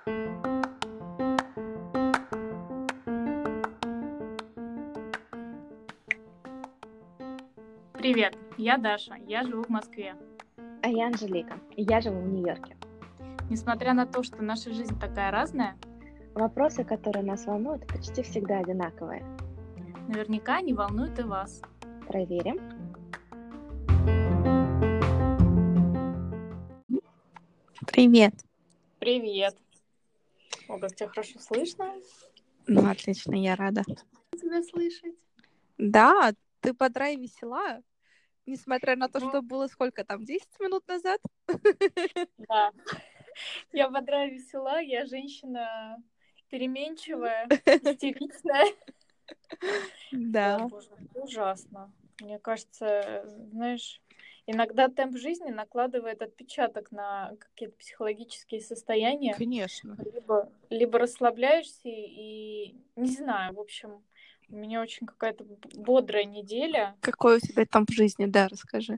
Привет, я Даша, я живу в Москве. А я Анжелика, и я живу в Нью-Йорке. Несмотря на то, что наша жизнь такая разная, Вопросы, которые нас волнуют, почти всегда одинаковые. наверняка они волнуют и вас. Проверим. Привет. Привет. Ого, тебя хорошо слышно? Ну, отлично, я рада. Тебя слышать? Да, ты бодра и весела, несмотря на то, Ну. что было сколько там, 10 минут назад? Да. Я бодра и весела, я женщина переменчивая, истеричная. Да. Ой, боже, это ужасно. Мне кажется, знаешь, иногда темп жизни накладывает отпечаток на какие-то психологические состояния. Конечно. Либо расслабляешься и не знаю, в общем, у меня очень какая-то бодрая неделя. Какой у тебя темп жизни, да, расскажи.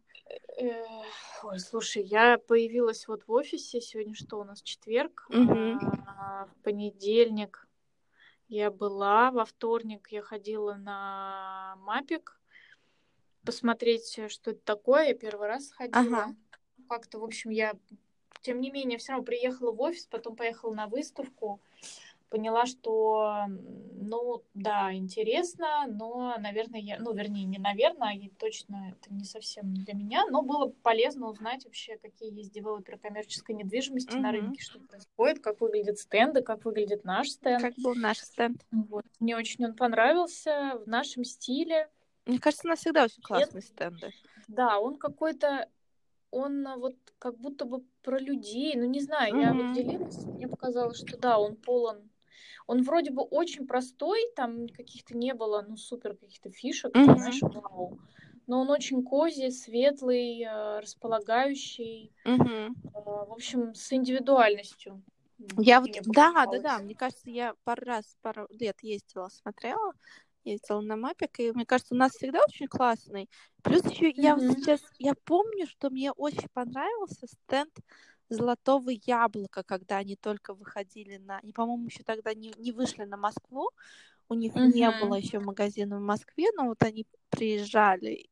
Ой, слушай, я появилась вот в офисе, сегодня что у нас, четверг, в понедельник я была, во вторник я ходила на мапик посмотреть, что это такое, я первый раз ходила. Ага. Как-то, в общем, я, тем не менее, все равно приехала в офис, потом поехала на выставку, поняла, что, ну, да, интересно, но, наверное, вернее, не наверное, и точно это не совсем для меня, но было полезно узнать вообще, какие есть девелоперы коммерческой недвижимости на рынке, что происходит, как выглядят стенды, как выглядит наш стенд. Как был наш стенд? Вот. Мне очень он понравился, в нашем стиле. Мне кажется, у нас всегда очень классные стенды. Да, он какой-то, он вот как будто бы про людей, ну, не знаю, я вот делилась, мне показалось, что да, он полон. Он вроде бы очень простой, там каких-то не было, ну, супер каких-то фишек, там, знаешь, вау. Но он очень козий, светлый, располагающий, в общем, с индивидуальностью. Я вот, да, мне кажется, я пару лет ездила на мапик, и мне кажется, у нас всегда очень классный. Плюс еще я помню, что мне очень понравился стенд Золотого Яблока, когда они только выходили они, по-моему, еще тогда не вышли на Москву, у них не было еще магазина в Москве, но вот они приезжали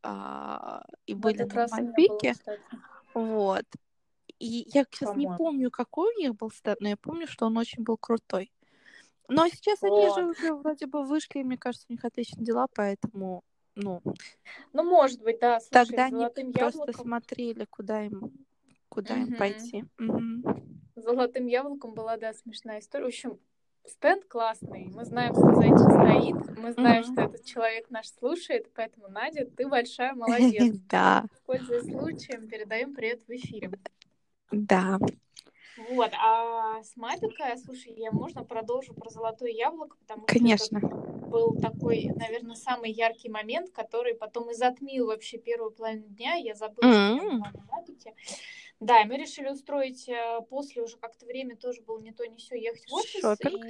и были на мапике. Вот. И я сейчас не помню, какой у них был стенд, но я помню, что он очень был крутой. Но сейчас они же уже вроде бы вышли, мне кажется, у них отличные дела, поэтому, Ну, может быть, да. Слушай, тогда они просто яблоком... смотрели, куда им пойти. Золотым яблоком была, да, смешная история. В общем, стенд классный. Мы знаем, кто за этим стоит. Мы знаем, что этот человек наш слушает. Поэтому, Надя, ты большая молодец. Да. Пользуясь случаем, передаем привет в эфире. Да. Вот, а с мапика, слушай, можно продолжу про Золотое Яблоко, потому Конечно. что это был такой, наверное, самый яркий момент, который потом и затмил вообще первую половину дня. Я забыла, что я была на мапике. Да, и мы решили устроить после уже как-то время тоже было не то, не сё, ехать в офис.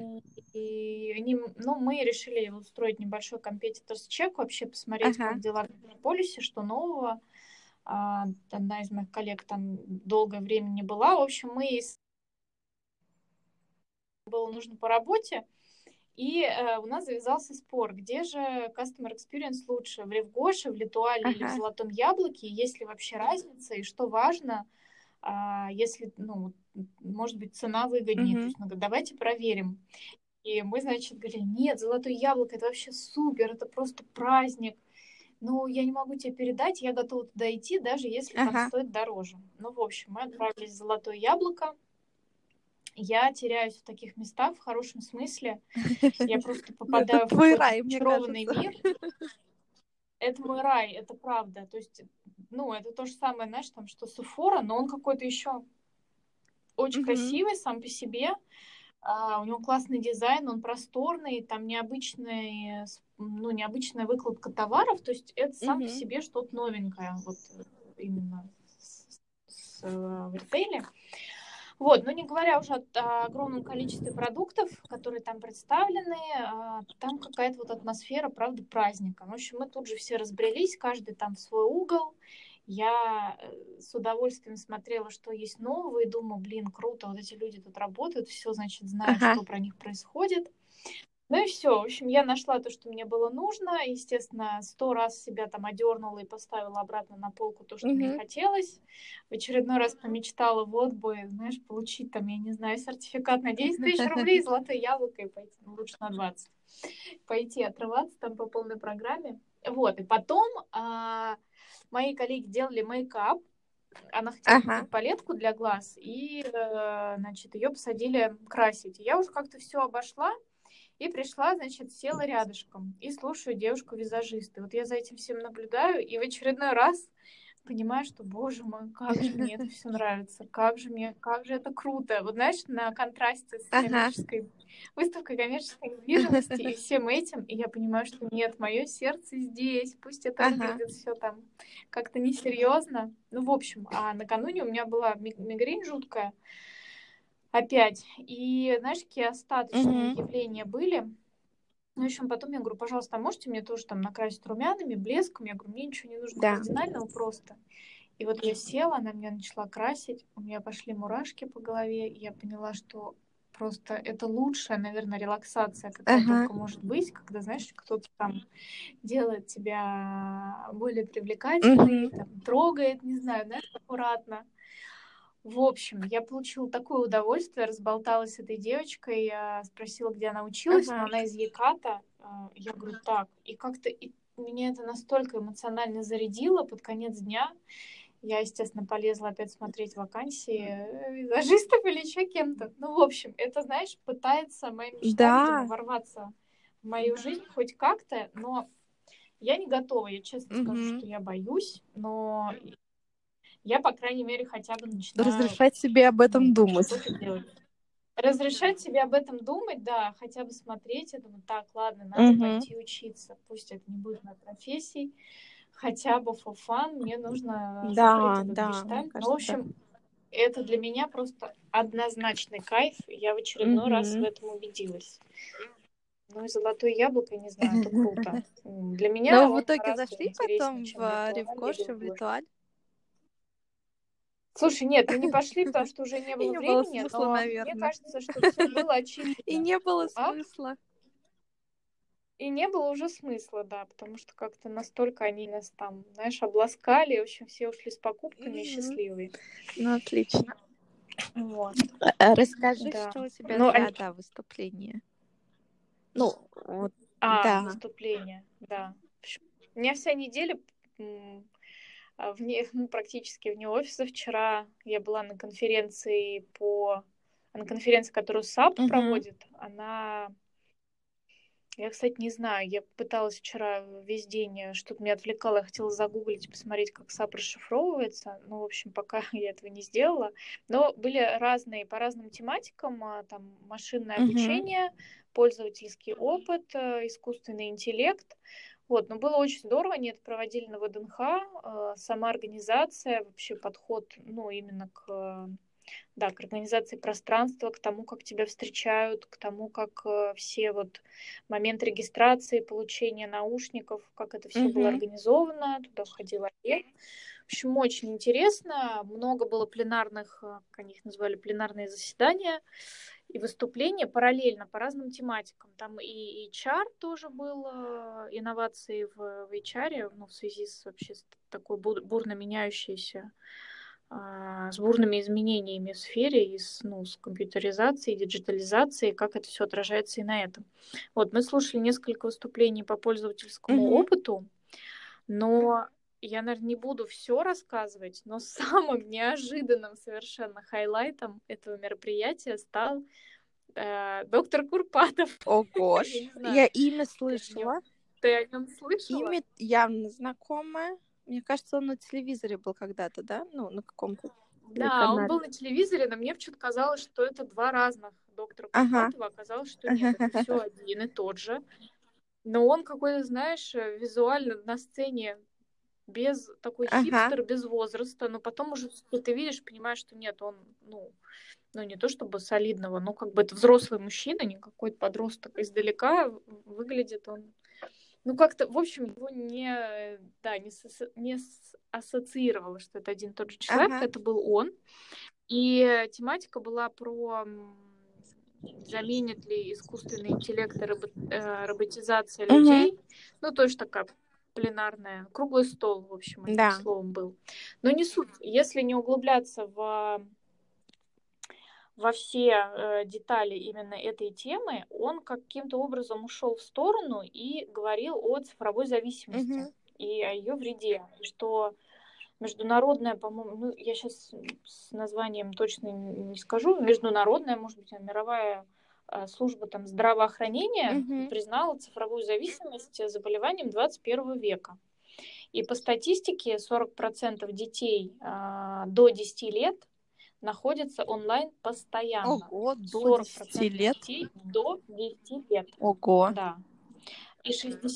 Мы решили устроить небольшой competitors check, вообще посмотреть, как дела в Метрополисе, что нового. Одна из моих коллег там долгое время не была. В общем, было нужно по работе, и у нас завязался спор, где же Customer Experience лучше, в Ревгоше, в Литуале или в Золотом Яблоке, есть ли вообще разница, и что важно, если, может быть, цена выгоднее. То есть, давайте проверим. И мы, значит, говорили, нет, Золотое Яблоко, это вообще супер, это просто праздник. Ну, я не могу тебе передать, я готова туда идти, даже если там стоит дороже. Ну, в общем, мы отправились в Золотое Яблоко. Я теряюсь в таких местах в хорошем смысле. Я просто попадаю в какой-то очарованный мир. Это мой рай, это правда. То есть, это то же самое, знаешь, там, что Сефора, но он какой-то еще очень красивый сам по себе. У него классный дизайн, он просторный, там необычная выкладка товаров, то есть это сам по себе что-то новенькое, вот именно в ритейле. Вот, не говоря уже о огромном количестве продуктов, которые там представлены, там какая-то вот атмосфера, правда, праздника. В общем, мы тут же все разбрелись, каждый там в свой угол, Я с удовольствием смотрела, что есть нового, и думаю, блин, круто, вот эти люди тут работают, все, значит, знают, Ага. что про них происходит. Ну и все. В общем, я нашла то, что мне было нужно. Естественно, 100 раз себя там одернула и поставила обратно на полку то, что мне хотелось. В очередной раз помечтала, вот бы, знаешь, получить там, я не знаю, сертификат на 10 тысяч рублей, золотое яблоко и пойти, ну, лучше на 20. Пойти отрываться там по полной программе. Вот, и потом мои коллеги делали мейкап. Она хотела купить палетку для глаз, и, значит, ее посадили красить. Я уже как-то все обошла, и пришла, значит, села рядышком и слушаю девушку-визажиста. Вот я за этим всем наблюдаю, и в очередной раз понимаю, что, боже мой, как же мне это все нравится, как же это круто. Вот знаешь, на контрасте с коммерческой выставкой коммерческой недвижимости и всем этим, и я понимаю, что нет, мое сердце здесь, пусть это выглядит все там как-то несерьезно. Ну, в общем, а накануне у меня была мигрень жуткая опять, и, знаешь, какие остаточные явления были. Ну, в общем, потом я говорю, пожалуйста, можете мне тоже там накрасить румянами, блеском? Я говорю, мне ничего не нужно кардинального, просто. И вот я села, она меня начала красить, у меня пошли мурашки по голове, и я поняла, что просто это лучшая, наверное, релаксация, какая только может быть, когда, знаешь, кто-то там делает тебя более привлекательной, там, трогает, не знаю, знаешь, аккуратно. В общем, я получила такое удовольствие, разболталась с этой девочкой, я спросила, где она училась, но она из Еката. Я говорю, так, и как-то меня это настолько эмоционально зарядило под конец дня. Я, естественно, полезла опять смотреть вакансии визажистов или еще кем-то. Ну, в общем, это, знаешь, пытается моя мечта, видимо, ворваться в мою жизнь хоть как-то, но я не готова. Я честно скажу, что я боюсь, но я, по крайней мере, хотя бы начинаю... Разрешать себе об этом думать. Разрешать себе об этом думать, да, хотя бы смотреть. Я думаю, так, ладно, надо пойти учиться. Пусть это не будет моей профессией, хотя бы for fun, мне нужно закрыть этот гештальт. Ну, в общем, это для меня просто однозначный кайф. Я в очередной раз в этом убедилась. Ну и золотое яблоко, не знаю, это круто. Для меня но в итоге зашли потом в Ревгош и в Литуаль? Слушай, нет, мы не пошли, потому что уже не было времени, смысла, но наверное. мне кажется, что все было очевидно. И не было смысла. И не было уже смысла, да, потому что как-то настолько они нас там, знаешь, обласкали, в общем, все ушли с покупками счастливые. Ну, отлично. Вот. Расскажи, что у тебя за выступление. Ну, вот, выступление, да. У меня вся неделя практически вне офиса. Вчера я была на конференции которую САП проводит. Я, кстати, не знаю. Я пыталась вчера весь день, что-то меня отвлекало. Я хотела загуглить, посмотреть, как САП расшифровывается. Ну, в общем, пока я этого не сделала. Но были разные, по разным тематикам. Там машинное обучение, пользовательский опыт, искусственный интеллект. Вот, но было очень здорово, они это проводили на ВДНХ, сама организация, вообще подход, ну, именно к организации пространства, к тому, как тебя встречают, к тому, как все вот момент регистрации, получения наушников, как это все было организовано, туда входила я. В общем, очень интересно, много было пленарных, как они их называли, пленарные заседания и выступления параллельно по разным тематикам. Там и HR тоже был, инновации в HR, ну, в связи с вообще с такой бурно меняющейся, с бурными изменениями в сфере, и с компьютеризацией, диджитализацией, как это все отражается и на этом. Вот, мы слушали несколько выступлений по пользовательскому опыту, но я, наверное, не буду все рассказывать, но самым неожиданным совершенно хайлайтом этого мероприятия стал доктор Курпатов. Ого, я имя слышала. Ты о нем слышала? Имя явно знакомое. Мне кажется, он на телевизоре был когда-то, да? Ну, на каком-то Да, он был на телевизоре, но мне почему-то казалось, что это два разных доктора Курпатова. Оказалось, что нет, это все один и тот же. Но он какой-то, знаешь, визуально на сцене без такой хипстер, без возраста. Но потом уже ты видишь, понимаешь, что нет, он, ну, не то чтобы солидного, но как бы это взрослый мужчина, не какой-то подросток. Издалека выглядит он Ну, как-то, в общем, его не ассоциировало, что это один и тот же человек, Ага. это был он. И тематика была про заменит ли искусственный интеллект и роботизация Мгм. людей. Ну, тоже такая пленарная, круглый стол, в общем, одним Да. словом был. Но не суть. Если не углубляться во все детали именно этой темы, он каким-то образом ушел в сторону и говорил о цифровой зависимости Мгм. и о ее вреде, что международная, по-моему, ну, я сейчас с названием точно не скажу, международная, может быть, мировая служба там, здравоохранения Мгм. признала цифровую зависимость заболеванием 21 века. И по статистике 40% детей до 10 лет находятся онлайн постоянно. Ого, до 10 40% лет. детей до 10 лет. Ого. Да. И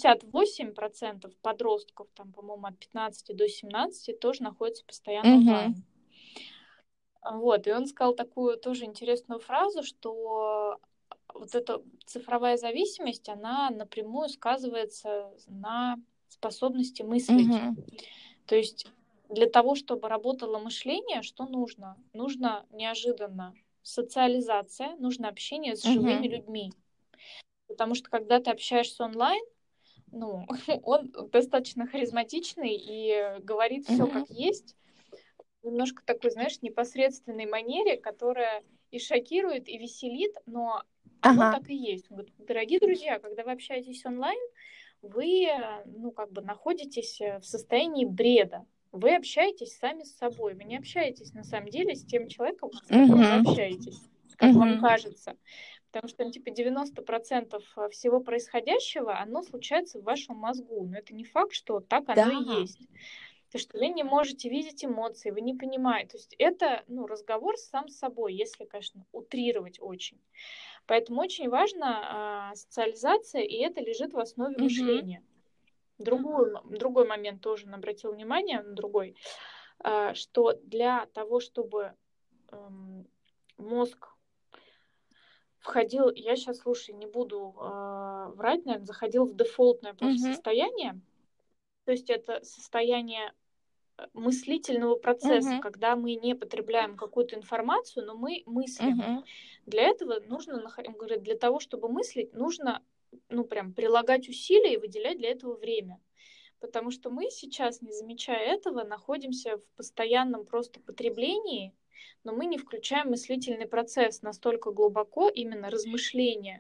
68% подростков, там, по-моему, от 15 до 17 тоже находятся постоянно Мгм. онлайн. Вот, и он сказал такую тоже интересную фразу, что вот эта цифровая зависимость, она напрямую сказывается на способности мыслить. Мгм. То есть для того, чтобы работало мышление, что нужно? Нужно неожиданно социализация, нужно общение с живыми Мгм. людьми. Потому что когда ты общаешься онлайн, ну, он достаточно харизматичный и говорит все Мгм. как есть, немножко такой, знаешь, непосредственной манере, которая и шокирует, и веселит, но оно Ага. так и есть. Он говорит, дорогие друзья, когда вы общаетесь онлайн, вы, ну, как бы находитесь в состоянии бреда. Вы общаетесь сами с собой. Вы не общаетесь на самом деле с тем человеком, с которым вы Мгм. общаетесь, как вам Мгм. кажется. Потому что, ну, типа, 90% всего происходящего, оно случается в вашем мозгу. Но это не факт, что так оно и Да. есть. То, что вы не можете видеть эмоции, вы не понимаете. То есть это, ну, разговор сам с собой, если, конечно, утрировать очень. Поэтому очень важна социализация, и это лежит в основе Мгм. мышления. Другой момент тоже обратил внимание, на другой, что для того, чтобы мозг входил, я сейчас, слушай, не буду врать, наверное, заходил в дефолтное просто Мгм. состояние. То есть это состояние мыслительного процесса, Мгм. когда мы не потребляем какую-то информацию, но мы мыслим. Мгм. Для этого нужно, он говорит, для того, чтобы мыслить, нужно, ну, прям прилагать усилия и выделять для этого время. Потому что мы сейчас, не замечая этого, находимся в постоянном просто потреблении, но мы не включаем мыслительный процесс настолько глубоко, именно размышления,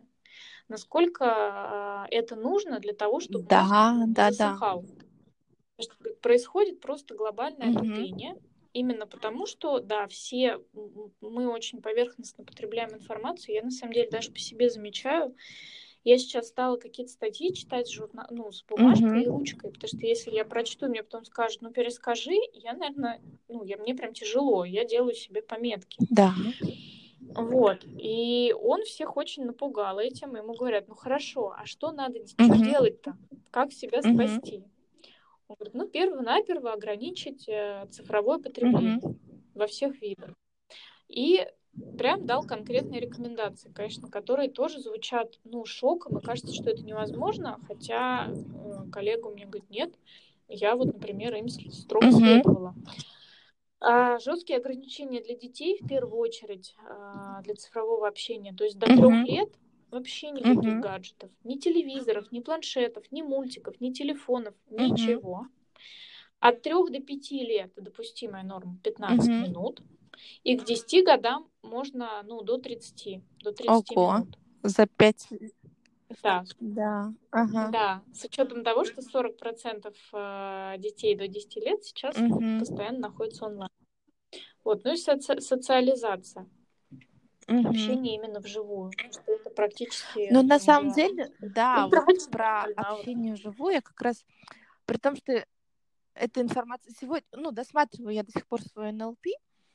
насколько это нужно для того, чтобы мозг Да, не да, да. засыхал. Происходит просто глобальное Мгм. тупение, именно потому что, да, все мы очень поверхностно потребляем информацию. Я на самом деле даже по себе замечаю. Я сейчас стала какие-то статьи читать ну, с бумажкой и Мгм. ручкой, потому что если я прочту, мне потом скажут, ну, перескажи, я, наверное, ну, мне прям тяжело, я делаю себе пометки. Да. Вот. И он всех очень напугал этим. Ему говорят, ну, хорошо, а что надо, что Мгм. делать-то? Как себя Мгм. спасти? Он говорит, ну, перво-наперво ограничить цифровое потребление Мгм. во всех видах. И прям дал конкретные рекомендации, конечно, которые тоже звучат, ну, шоком, и кажется, что это невозможно, хотя коллега мне говорит, нет, я вот, например, им строго Мгм. следовала. Жесткие ограничения для детей, в первую очередь, для цифрового общения, то есть до 3 Мгм. лет вообще никаких Мгм. гаджетов, ни телевизоров, ни планшетов, ни мультиков, ни телефонов, Мгм. ничего. От 3 до 5 лет допустимая норма 15 Мгм. минут. И к 10 годам можно, ну, до 30 Ого. минут. За 5. Да, Да. Ага. да, с учетом того, что 40% детей до 10 лет сейчас Мгм. постоянно находятся онлайн. Вот, ну и социализация, Мгм. общение именно вживую, потому что это практически Ну, на самом уже деле, да, вот утраченный про такой навык. общение вживую я как раз, при том, что эта информация сегодня, ну, досматриваю я до сих пор свой НЛП,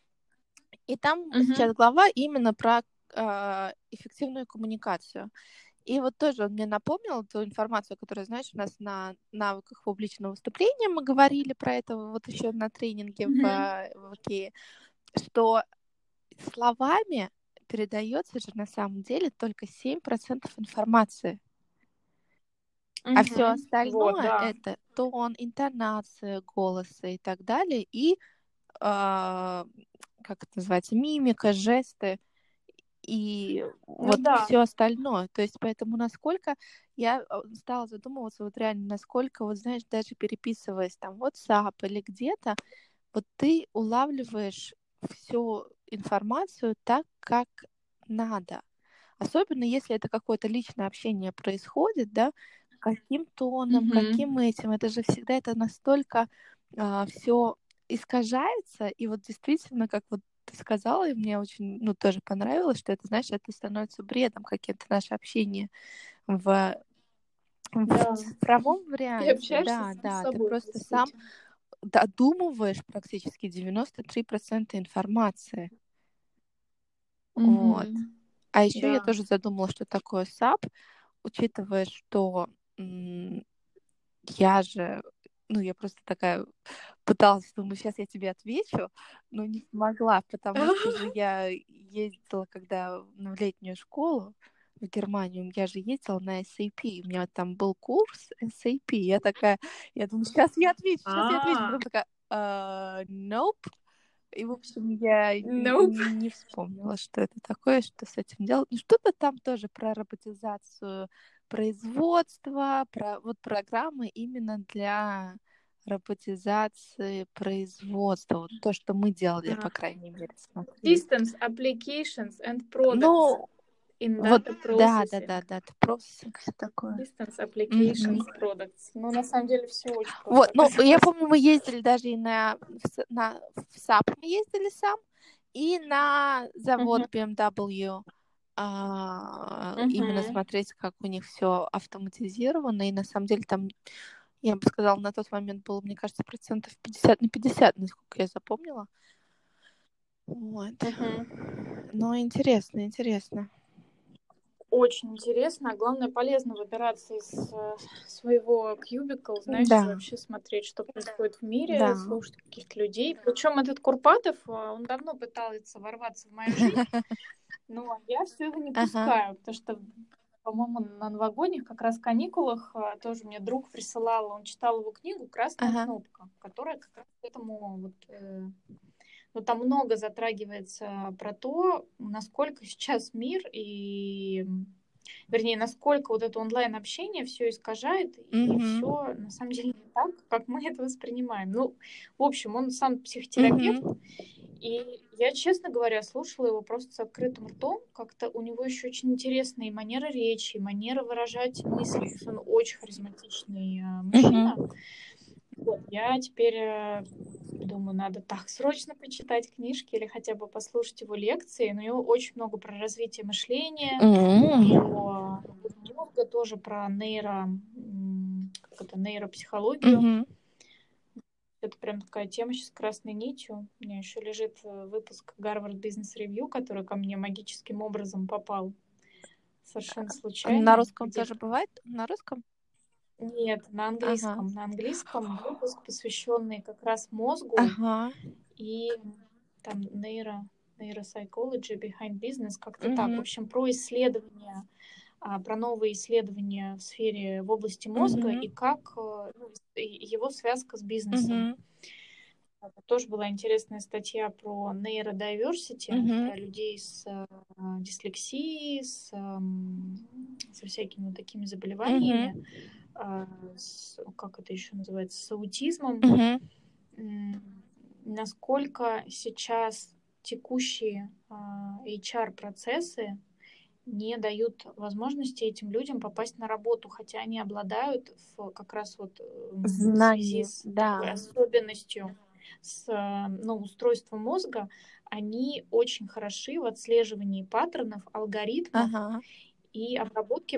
и там сейчас Мгм. глава именно про эффективную коммуникацию. И вот тоже он мне напомнил ту информацию, которую, знаешь, у нас на навыках публичного выступления мы говорили про это вот еще на тренинге Мгм. в Окее, что словами передается же на самом деле только 7% информации. А все Вот, остальное да. это тон, интонация голоса и так далее, и как это называется, мимика, жесты и Ну вот да. все остальное. То есть поэтому насколько я стала задумываться, вот реально, насколько, вот знаешь, даже переписываясь там в WhatsApp или где-то, вот ты улавливаешь всю информацию так, как надо. Особенно если это какое-то личное общение происходит, да, каким тоном, каким Мгм. этим, это же всегда это настолько все искажается, и вот действительно, как вот ты сказала, и мне очень, ну, тоже понравилось, что это, знаешь, это становится бредом каким-то наше общение в, в Да. цифровом Ты варианте, общаешься да, сам с да, ты собой, по просто сам сути. додумываешь практически 93% информации, вот. Мгм. А еще я Да. тоже задумала, что такое SAP, учитывая, что м, я же, ну, я просто такая пыталась, думаю, сейчас я тебе отвечу, но не смогла, потому что же я ездила, когда в летнюю школу в Германию, я же ездила на SAP, у меня там был курс SAP, я думаю, сейчас я отвечу, А, потом такая, nope, и, в общем, я nope. не вспомнила, что это такое, что с этим делать. Ну, что-то там тоже про роботизацию производства, про вот программы именно для роботизации производства. Вот то, что мы делали, я, по крайней мере, смотрела. Systems, applications and products Ну, in вот, data да, да, processing. да, да, это процессинг, все такое. Systems, Мгм. applications, products. Ну, на самом деле, все очень просто Вот, ну, я оказалось. помню, мы ездили даже и в САП мы ездили сам, и на завод Мгм. BMW, именно Мгм. смотреть, как у них все автоматизировано, и на самом деле там, я бы сказала, на тот момент было, мне кажется, процентов 50 на 50, насколько я запомнила. Вот. Мгм. Но интересно, интересно. Очень интересно, а главное, полезно выбираться из своего кьюбикл, знаешь, и Да, вообще смотреть, что происходит в да. мире, слушать каких-то людей. Причем этот Курпатов, он давно пытается ворваться в мою жизнь, но я все его не Ага, пускаю, потому что, по-моему, на новогодних как раз каникулах тоже мне друг присылал, он читал его книгу «Красная ага. кнопка», которая как раз к этому вот но там много затрагивается про то, насколько сейчас мир и, вернее, насколько вот это онлайн-общение все искажает, и Мгм, все на самом деле не так, как мы это воспринимаем. Ну, в общем, он сам психотерапевт, мгм, и я, честно говоря, слушала его просто с открытым ртом. Как-то у него еще очень интересные манеры речи, манера выражать мысли. То есть он очень харизматичный мгм. мужчина. Вот, я теперь думаю, надо так срочно почитать книжки или хотя бы послушать его лекции. Но у него очень много про развитие мышления, про работу мозга, тоже про нейропсихологию. Мгм. Это прям такая тема сейчас красной нитью. У меня еще лежит выпуск Harvard Business Review, который ко мне магическим образом попал совершенно На случайно. русском тоже Где-то бывает? На русском? нет, на Ага. английском. На английском выпуск, посвященный как раз мозгу Ага. и там нейропsychology behind business, как-то так. В Мгм. общем, про исследования, про новые исследования в сфере, в области мозга Мгм. и как ну, его связка с бизнесом. Мгм. Тоже была интересная статья про нейродайверсити, Мгм. про людей с дислексией, со всякими вот такими Мгм. заболеваниями, как это еще называется, с аутизмом. Мгм. Насколько сейчас текущие HR-процессы не дают возможности этим людям попасть на работу, хотя они обладают как раз вот в связи Знание, с такой да. особенностью, с ну, устройством мозга, они очень хороши в отслеживании паттернов, алгоритмов Ага. и обработке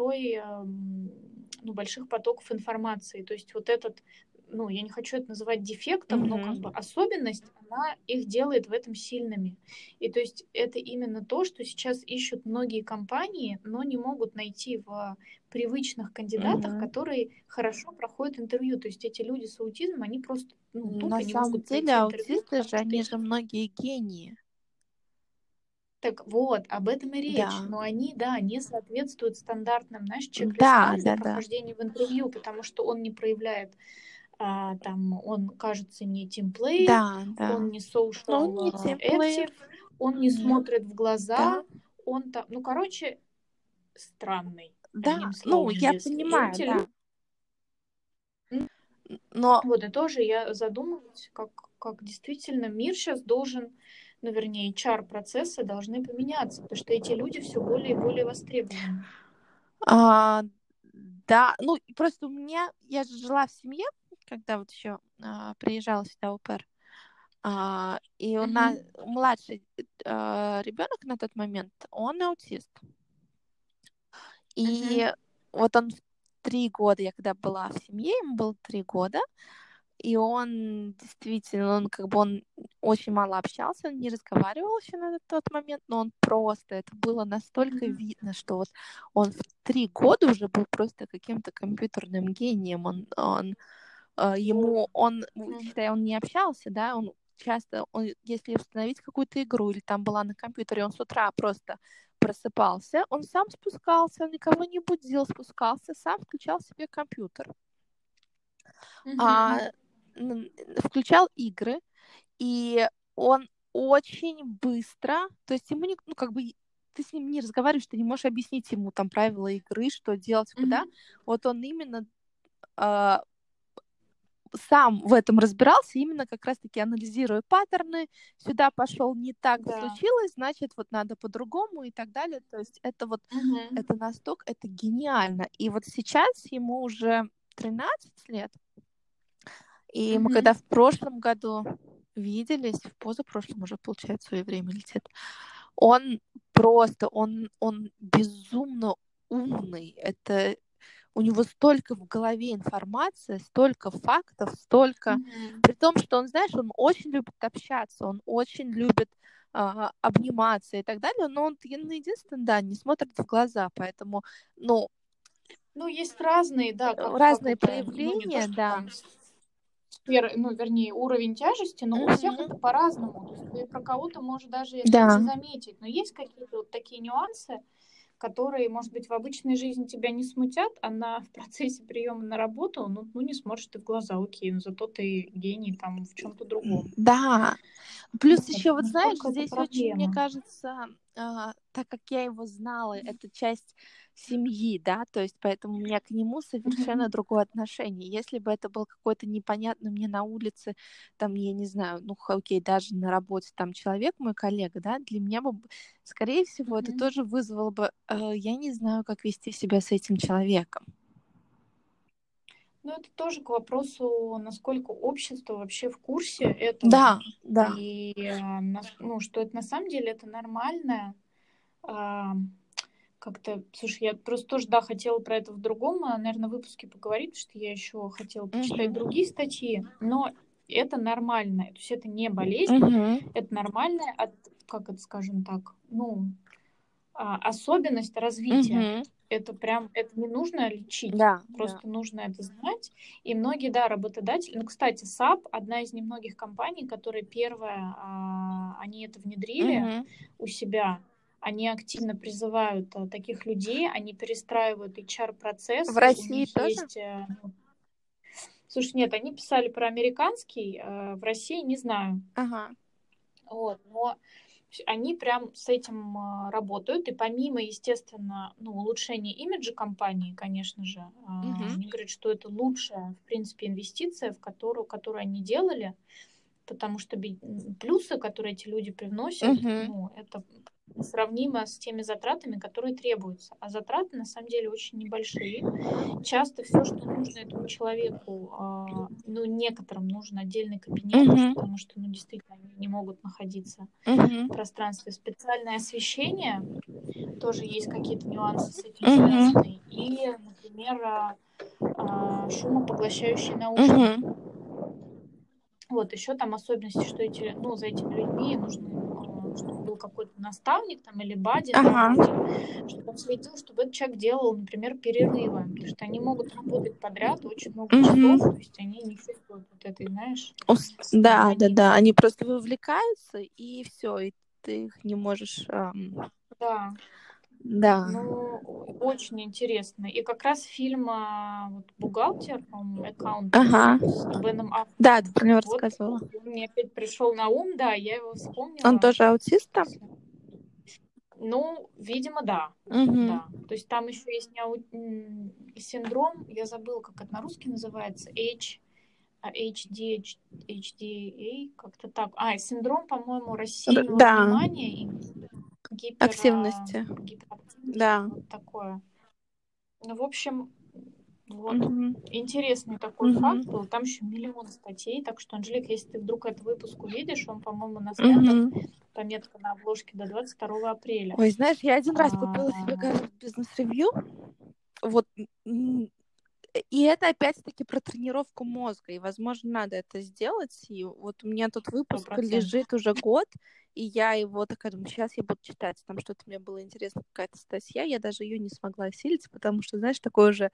ну, больших потоков информации. То есть вот этот, ну, я не хочу это называть дефектом, но как Мгм. бы особенность, она их делает в этом сильными. И то есть это именно то, что сейчас ищут многие компании, но не могут найти в привычных кандидатах, Мгм. которые хорошо проходят интервью. То есть эти люди с аутизмом, они просто, ну, На тупо не самом могут деле пройти интервью, аутисты потому же, что они их... же многие гении. Так вот, об этом и речь. Да. Но они, да, не соответствуют стандартным, знаешь, Да, чек-листам для да, да. прохождения в интервью, потому что он не проявляет, там, он кажется не тимплеер, Да, да. он не Но он не social тимплеер. active, он не Нет. смотрит в Да. глаза, он там, ну, короче, странный, Да, одним ну, словом, я если понимаю, эти да. люди... Но Вот, и тоже я задумываюсь, как действительно мир сейчас должен, ну, вернее, HR-процессы должны поменяться, потому что эти люди все более и более востребованы. а, да, ну, и просто у меня, я же жила в семье, когда вот еще приезжала сюда в УПР, и у нас Мгм. младший ребенок на тот момент, он аутист. И Мгм. вот он в 3 года, я когда была в семье, ему было 3 года, и он действительно, он как бы он очень мало общался, он не разговаривал еще на тот момент, но он просто, это было настолько Мгм. видно, что вот он в 3 года уже был просто каким-то компьютерным гением, ему, Мгм. считай, он не общался, да, он часто, если установить какую-то игру или там была на компьютере, он с утра просто просыпался, он сам спускался, он никого не будил, спускался, сам включал себе компьютер, а, Мгм. включал игры, и он очень быстро, то есть ему, ну, как бы, ты с ним не разговариваешь, ты не можешь объяснить ему там правила игры, что делать, куда. Мгм. Вот он именно а, сам в этом разбирался, именно как раз-таки анализируя паттерны, сюда пошел не так Да. случилось, значит, вот надо по-другому и так далее. То есть это вот, Мгм. это настолько, это гениально. И вот сейчас ему уже 13 лет, и мы когда Мгм. в прошлом году виделись, в позапрошлом уже, получается, свое время летит, он просто, он безумно умный. Это у него столько в голове информации, столько фактов, столько... Мгм. При том, что он, знаешь, он очень любит общаться, он очень любит обниматься и так далее, но он единственное, да, не смотрит в глаза, поэтому, ну, Ну, есть разные, да, как разные это, ну, не то, проявления, что да. там сфера, ну, вернее, уровень тяжести, но у всех Мгм. это по-разному. То есть ты про кого-то можешь даже это Да. не заметить. Но есть какие-то вот такие нюансы, которые, может быть, в обычной жизни тебя не смутят, а в процессе приема на работу, ну, не смотришь ты в глаза, окей, но зато ты гений там в чем-то другом. Да. Плюс Вот. еще, вот знаешь, Насколько это здесь очень, мне проблема? кажется, так как я его знала, это часть семьи, да, то есть поэтому у меня к нему совершенно Мгм. другое отношение. Если бы это был какой-то непонятный мне на улице, там, я не знаю, ну, окей, даже на работе там человек, мой коллега, да, для меня бы, скорее всего, это Мгм. тоже вызвало бы, я не знаю, как вести себя с этим человеком. Ну, это тоже к вопросу, насколько общество вообще в курсе этого. Да, да. И, ну, что это на самом деле это нормально. А, Как-то, слушай, я просто тоже, да, хотела про это в другом, наверное, выпуске поговорить, потому что я еще хотела почитать Мгм. другие статьи, но это нормально, то есть это не болезнь, Мгм. это нормальная, как это, скажем так, ну, особенность развития. Мгм. Это прям, это не нужно лечить, Да, да. просто нужно это знать. И многие, да, работодатели, ну, кстати, SAP, одна из немногих компаний, которые первая, они это внедрили Мгм. у себя, они активно призывают таких людей, они перестраивают В HR-процессы, у России них тоже? есть... Слушай, нет, они писали про американский, в России не знаю. Ага. Вот, но они прям с этим работают, и помимо, естественно, ну, улучшения имиджа компании, конечно же, Мгм. они говорят, что это лучшая, в принципе, инвестиция, которую они делали, потому что плюсы, которые эти люди привносят, Мгм. ну, это несравнимо с теми затратами, которые требуются. А затраты, на самом деле, очень небольшие. Часто все, что нужно этому человеку, ну, некоторым нужен отдельный кабинет, Мгм. потому что, ну, действительно, они не могут находиться Мгм. в пространстве. Специальное освещение, тоже есть какие-то нюансы с этим Мгм. связаны. И, например, шумопоглощающие наушники. Мгм. Вот, еще там особенности, что ну, за этими людьми нужно, чтобы был какой-то наставник там или бади на Ага. работе, чтобы он следил, чтобы этот человек делал, например, перерывы, потому что они могут работать подряд очень много Мгм. часов, то есть они не чувствуют вот этой, знаешь, Да, да, они, да. Они просто вовлекаются, и все. ты их не можешь... Да. Да. Ну, очень интересно. И как раз фильм вот, «Бухгалтер», по-моему, «Аккаунт» Ага. с Беном Аффлеком. Да, ты про него Вот рассказывала. он мне опять пришел на ум, да, я его Он вспомнила. тоже аутист там? Ну, видимо, да. Угу. Да. То есть там еще есть синдром, я забыла, как это на русский называется, HDA, как-то так. Синдром, по-моему, рассеянного Да. внимания и Активности. гиперактивности, Да. вот такое. Ну, в общем, вот Угу. интересный такой факт был. Там еще миллион статей, так что, Анжелика, если ты вдруг этот выпуск увидишь, он, по-моему, на стендах, пометка на обложке до 22 апреля. Ой, знаешь, я один раз купила себе Гарвард бизнес-ревью. Вот. И это опять-таки про тренировку мозга. И, возможно, надо это сделать. И вот у меня тут выпуск 100%. лежит уже год, и я его такая думаю, сейчас я буду читать. Там что-то мне было интересно, какая-то статья. Я даже ее не смогла осилить, потому что, знаешь, такой уже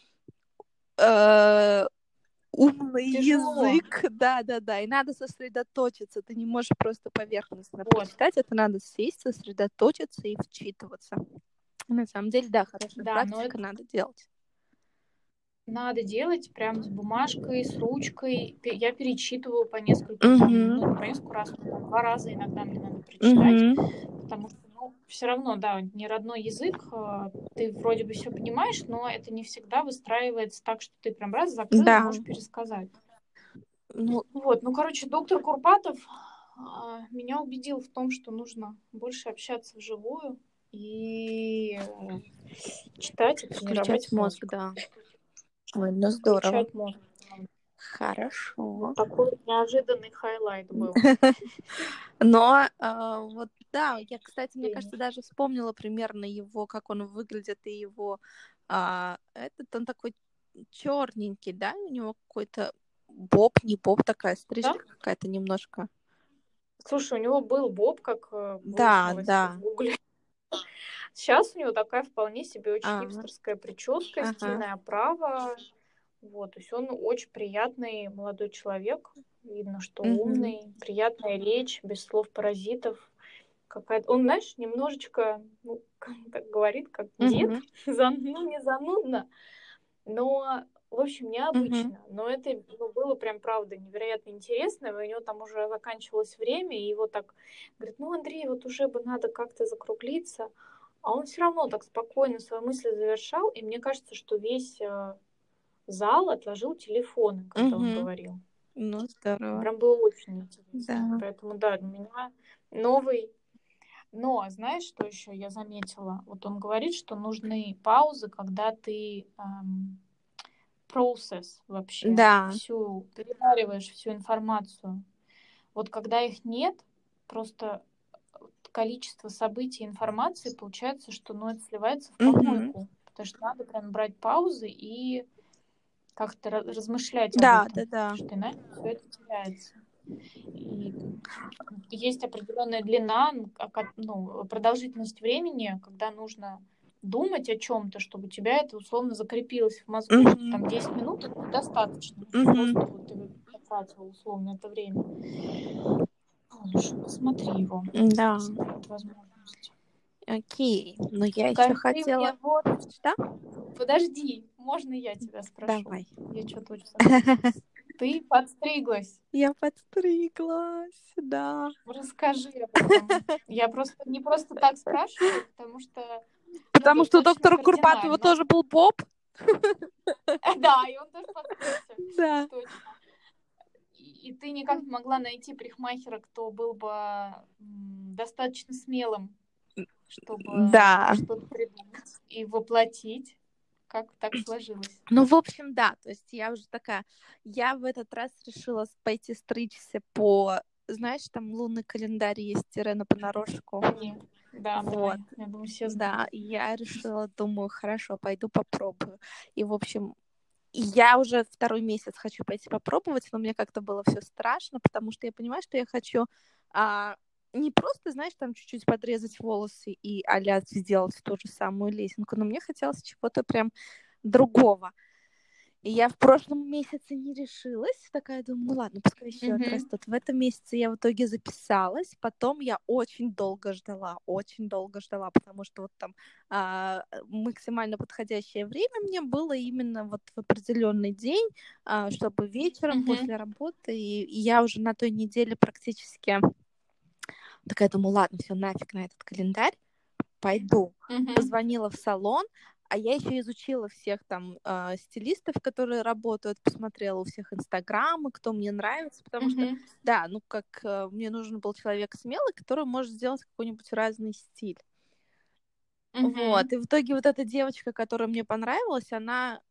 умный Тяжело. язык. Да. И надо сосредоточиться. Ты не можешь просто поверхностно прочитать. Это надо сесть, сосредоточиться и вчитываться. На самом деле, да, хорошая практика, надо делать. Надо делать прям с бумажкой, с ручкой. Я перечитываю по несколько, там, по несколько раз, 2 раза иногда мне надо прочитать, потому что, все равно, да, не родной язык, ты вроде бы все понимаешь, но это не всегда выстраивается так, что ты прям раз закрыл и можешь пересказать. Короче, доктор Курпатов меня убедил в том, что нужно больше общаться вживую и читать и тренировать мозг. Да. Ой, ну здорово. Мозг. Хорошо. Вот такой неожиданный хайлайт был. Но вот да, я, кстати, мне кажется, даже вспомнила примерно его, как он выглядит, и его он такой черненький, да, у него какой-то не боб, такая стрижка какая-то немножко. Слушай, у него был боб, как выяснилось в гугле. Сейчас у него такая вполне себе очень хипстерская прическа, стильная оправа. Вот, то есть он очень приятный молодой человек. Видно, что умный, приятная речь, без слов паразитов. Он, знаешь, немножечко, как говорит, как дед, не занудно, но, в общем, необычно. Но это было прям, правда, невероятно интересно. И у него там уже заканчивалось время, и его так говорит, Андрей, вот уже бы надо как-то закруглиться. А он все равно так спокойно свои мысли завершал, и мне кажется, что весь зал отложил телефоны, когда он говорил. Ну, здорово. Прям было очень интересно. Да. Поэтому, да, для меня новый. Но знаешь, что еще я заметила? Вот он говорит, что нужны паузы, когда ты процесс вообще. Перевариваешь всю информацию. Вот когда их нет, просто количество событий и информации, получается, что это сливается в помойку. Потому что надо прям брать паузы и как-то размышлять об этом. Потому что иначе все это теряется. И есть определенная длина, продолжительность времени, когда нужно думать о чем-то, чтобы у тебя это условно закрепилось в мозгу. Там 10 минут это достаточно. Просто ты потратил условно это время. Посмотри его. Да. Возможность. Окей. Но я еще хотела... Что? Подожди, можно я тебя спрошу? Давай. Я что-то очень согласна. Ты подстриглась. Я подстриглась, да. Расскажи об этом. Я не просто так спрашиваю, потому что... Потому что у доктора Курпатова тоже был боб. Да, и он тоже подстригся. Да. Точно. И ты никак не могла найти парикмахера, кто был бы достаточно смелым, чтобы что-то придумать и воплотить. Как так сложилось? В общем, да. То есть я уже такая... Я в этот раз решила пойти стричься по... Знаешь, там лунный календарь есть на понарошку. Да, вот. Я думаю, все знают. Да, и я решила, думаю, хорошо, пойду попробую. И, в общем, я уже 2-й месяц хочу пойти попробовать, но мне как-то было все страшно, потому что я понимаю, что я хочу не просто, знаешь, там чуть-чуть подрезать волосы и а-ля сделать ту же самую лесенку, но мне хотелось чего-то прям другого. И я в прошлом месяце не решилась, такая думаю, ну ладно, пускай еще отрастут. В этом месяце я в итоге записалась, потом я очень долго ждала, потому что вот там максимально подходящее время мне было именно вот в определенный день, чтобы вечером после работы, и я уже на той неделе практически такая думаю, ладно, все, нафиг на этот календарь, пойду. Позвонила в салон, а я еще изучила всех там стилистов, которые работают, посмотрела у всех инстаграмы, кто мне нравится, потому что, да, ну как мне нужен был человек смелый, который может сделать какой-нибудь разный стиль. Вот, и в итоге вот эта девочка, которая мне понравилась, она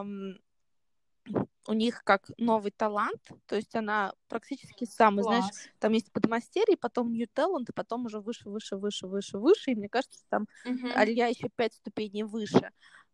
у них как новый талант, то есть она практически самый, знаешь, там есть подмастерье, потом New Talent, и потом уже выше, и мне кажется, там Алья еще 5 ступеней выше.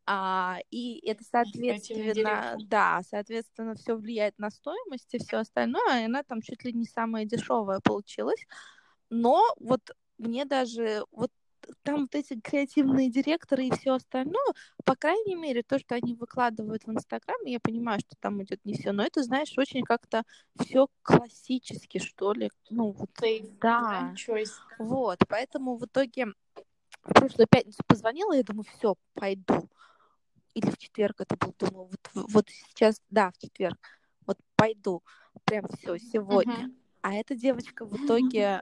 И это, соответственно, да, соответственно, все влияет на стоимость и все остальное, и она там чуть ли не самая дешевая получилась. Но вот мне даже вот там вот эти креативные директоры и все остальное, по крайней мере, то, что они выкладывают в Инстаграм, я понимаю, что там идет не все, но это, знаешь, очень как-то все классически, что ли. Ну, вот, да. Вот, поэтому в итоге в прошлую пятницу позвонила, я думаю, все, пойду. Или в четверг это был, думаю, вот сейчас, да, в четверг, вот пойду, прям все, сегодня. А эта девочка в итоге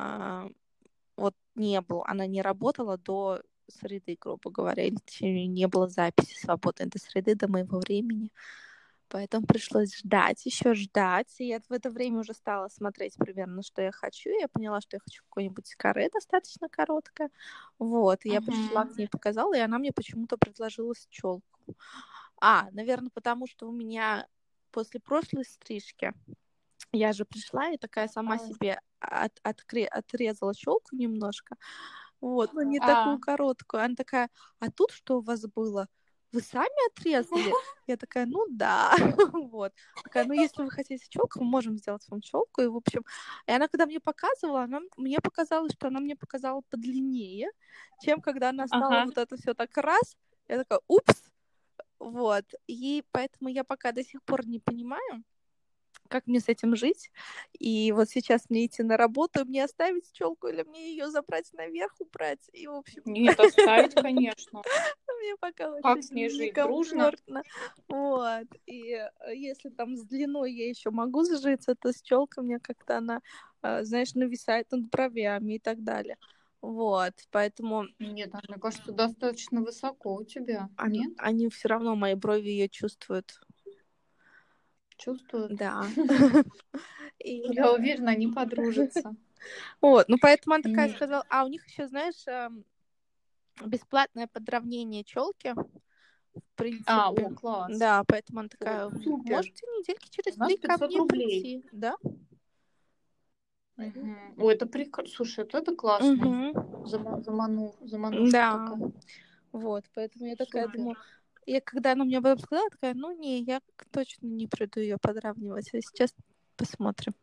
вот не было, она не работала до среды, грубо говоря, или точнее, не было записи свободной до среды, до моего времени. Поэтому пришлось ждать, еще ждать. И я в это время уже стала смотреть примерно, что я хочу. Я поняла, что я хочу какое-нибудь каре достаточно короткое. Вот, и я пришла к ней, показала, и она мне почему-то предложила челку. Наверное, потому что у меня после прошлой стрижки я же пришла и такая сама себе отрезала челку немножко, вот, но не такую короткую. Она такая, а тут что у вас было? Вы сами отрезали? Я такая, ну да, вот. Такая, ну если вы хотите челку, мы можем сделать вам челку. И, в общем, и она, когда мне показывала, мне показалось, что она мне показала подлиннее, чем когда она стала вот это все так раз. Я такая, упс, вот. И поэтому я пока до сих пор не понимаю, как мне с этим жить. И вот сейчас мне идти на работу, мне оставить челку или мне ее забрать наверх, убрать. И, в общем... Нет, оставить, конечно. Мне пока как очень с ней жить? Дружно? Вот. И если там с длиной я еще могу сжиться, то с челкой мне как-то она, знаешь, нависает над бровями и так далее. Вот, поэтому... Нет, мне кажется, достаточно высоко у тебя. Нет? Они все равно, мои брови ее чувствуют. Чувствуют? Да. Я уверена, они подружатся. Вот, ну поэтому она такая сказала, у них еще, знаешь, бесплатное подровнение челки, в принципе. Класс. Да, поэтому она такая, Супер. можете недельки через У нас 3 ко 500 мне рублей. прийти, да? Ой, это прекрасно. Слушай, это классно. Замануха Да. такая. Вот, поэтому я такая думаю, когда она мне об этом сказала, такая, ну не, я точно не приду ее подравнивать, а сейчас посмотрим.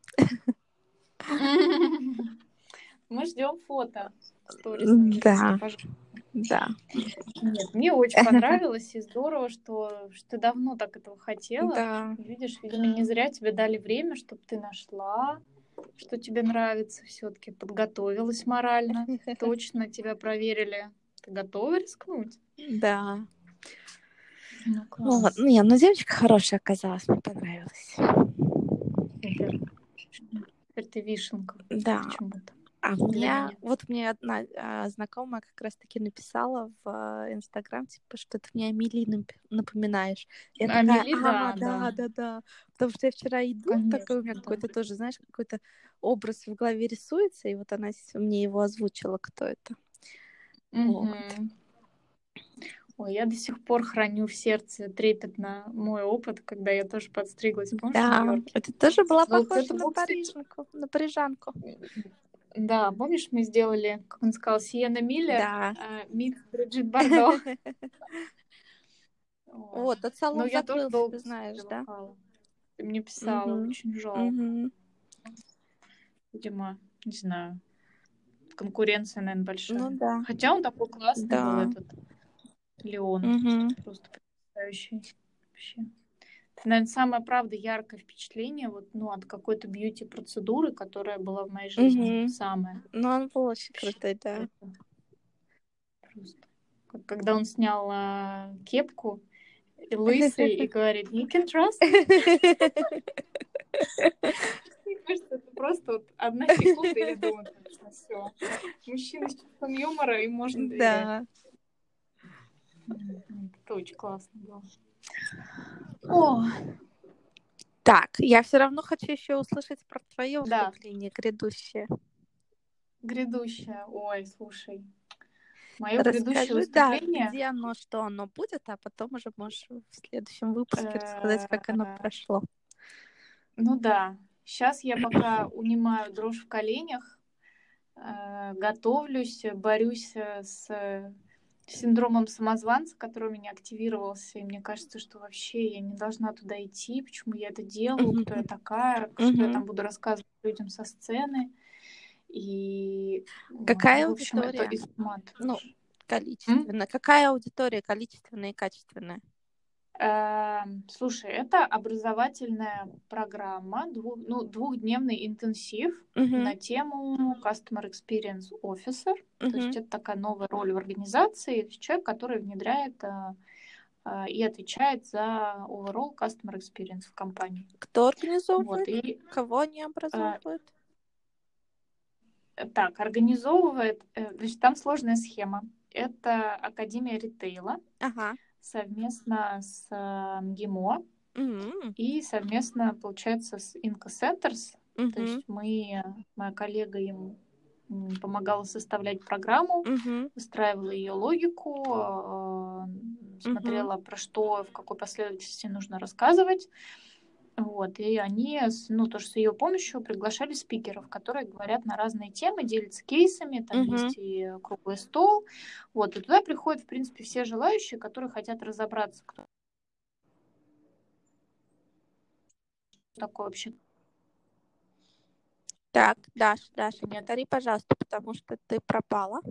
Мы ждем фото. Да. Да. Нет, мне очень понравилось, и здорово, что ты давно так этого хотела. Да. Видишь, видимо, не зря тебе дали время, чтобы ты нашла, что тебе нравится, все-таки подготовилась морально. Точно тебя проверили. Ты готова рискнуть? Да. Ну, класс. Вот. Не, ну девочка хорошая оказалась, мне понравилась. Супер. Теперь ты вишенка. Да. Почему-то. Мне одна знакомая как раз-таки написала в Инстаграм, типа, что ты мне Амели напоминаешь. Я такая, Амели, да. Потому что я вчера иду, конечно, такой у меня какой-то тоже, знаешь, какой-то образ в голове рисуется, и вот она мне его озвучила, кто это. Вот. Ой, я до сих пор храню в сердце трепетно мой опыт, когда я тоже подстриглась, помнишь, в Да, Нью-Йорке? это тоже была похожа Это на был, кстати, парижанку. Да, помнишь, мы сделали, как он сказал, Сиенна Миллер, Да. Мит Бриджит Бардо. Вот, тот салон закрылся, ты знаешь, да? Ты мне писала, очень жалко. Видимо, не знаю, конкуренция, наверное, большая. Ну да. Хотя он такой классный был, этот Леон. Просто потрясающий вообще. наверное, самое, правда, яркое впечатление вот, от какой-то бьюти-процедуры, которая была в моей жизни. Самое. Ну, он был очень крутой, да. Просто. Когда он снял кепку, и лысый, и говорит, you can trust me. Мне кажется, это просто вот 1 секунда, и я думаю, что все. Мужчина с чувством юмора, и можно доверять. Да. Это очень классно было. О. Так, я все равно хочу еще услышать про твое выступление грядущее. Грядущее. Ой, слушай. Мое Расскажи, грядущее выступление. Да, где оно, что оно будет, а потом уже можешь в следующем выпуске рассказать, как оно прошло. Ну да. Сейчас я пока унимаю дрожь в коленях, готовлюсь, борюсь с синдромом самозванца, который у меня активировался, и мне кажется, что вообще я не должна туда идти, почему я это делаю, кто я такая, что я там буду рассказывать людям со сцены. И, какая в общем, аудитория? это изматывающе. Ну, количественно. Какая аудитория, количественная и качественная? Слушай, это образовательная программа, двухдневный интенсив на тему Customer Experience Officer. То есть это такая новая роль в организации, человек, который внедряет и отвечает за overall Customer Experience в компании. Кто организовывает? Кого они образовывают? Так, организовывает, значит, там сложная схема. Это Академия ритейла. Совместно с МГИМО и совместно, получается, с Inca Centers. То есть моя коллега им помогала составлять программу, выстраивала ее логику, смотрела, про что, в какой последовательности нужно рассказывать. Вот, и они, тоже с ее помощью приглашали спикеров, которые говорят на разные темы, делятся кейсами, там есть и круглый стол. Вот, и туда приходят, в принципе, все желающие, которые хотят разобраться, кто такой вообще. Так, Даша, повтори, пожалуйста, потому что ты пропала.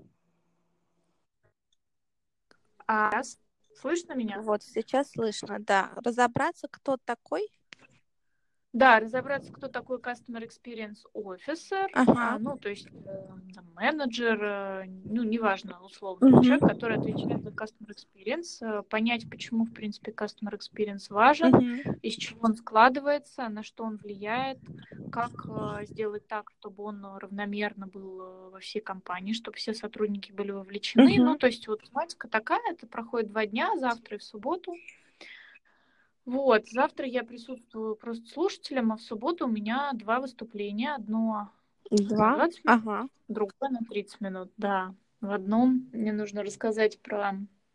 Слышно меня? Вот, сейчас слышно, да. Разобраться, кто такой? Да, разобраться, кто такой Customer Experience Officer, то есть менеджер, неважно, условно, человек, который отвечает за Customer Experience, понять, почему, в принципе, Customer Experience важен, из чего он складывается, на что он влияет, как сделать так, чтобы он равномерно был во всей компании, чтобы все сотрудники были вовлечены. То есть вот тематика такая, это проходит 2 дня, завтра и в субботу. Вот, завтра я присутствую просто слушателем, а в субботу у меня 2 выступления. Одно на 20 минут, другое на 30 минут, да. В одном мне нужно рассказать про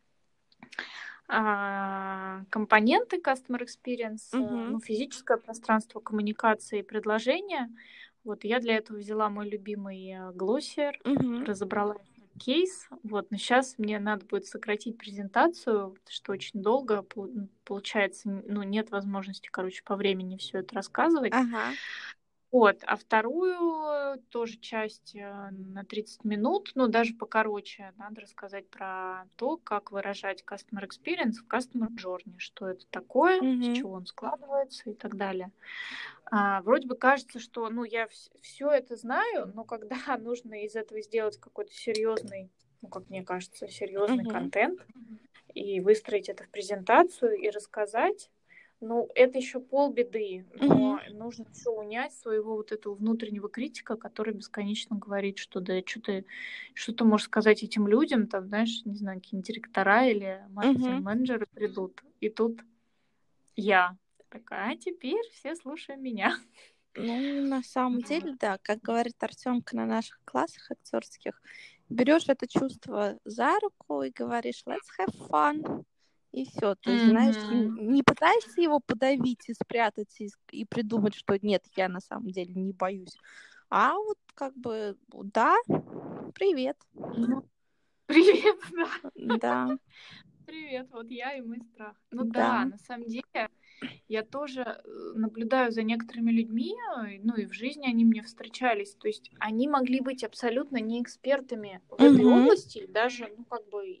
компоненты Customer Experience, физическое пространство коммуникации и предложения. Вот, я для этого взяла мой любимый Glossier, разобрала кейс, вот, но сейчас мне надо будет сократить презентацию, что очень долго получается, нет возможности, по времени все это рассказывать. Вот, а вторую тоже часть на 30 минут, даже покороче, надо рассказать про то, как выражать Customer Experience в Customer Journey, что это такое, с чего он складывается и так далее. Вроде бы кажется, что, я все это знаю, но когда нужно из этого сделать какой-то серьезный, как мне кажется, серьезный контент и выстроить это в презентацию и рассказать, это еще полбеды, но нужно все унять своего вот этого внутреннего критика, который бесконечно говорит, что что ты можешь сказать этим людям, там, знаешь, не знаю, какие-нибудь директора или маркетинг-менеджеры придут, и тут я такая, а теперь все слушаем меня. На самом деле, да, как говорит Артемка на наших классах актерских, берешь это чувство за руку и говоришь let's have fun. И все, то есть, знаешь, не пытаешься его подавить и спрятать и придумать, что нет, я на самом деле не боюсь. А вот да, привет. Привет, да. Да. Привет, вот я и мой страх. Да, на самом деле я тоже наблюдаю за некоторыми людьми, и в жизни они мне встречались. То есть они могли быть абсолютно не экспертами в этой области, даже,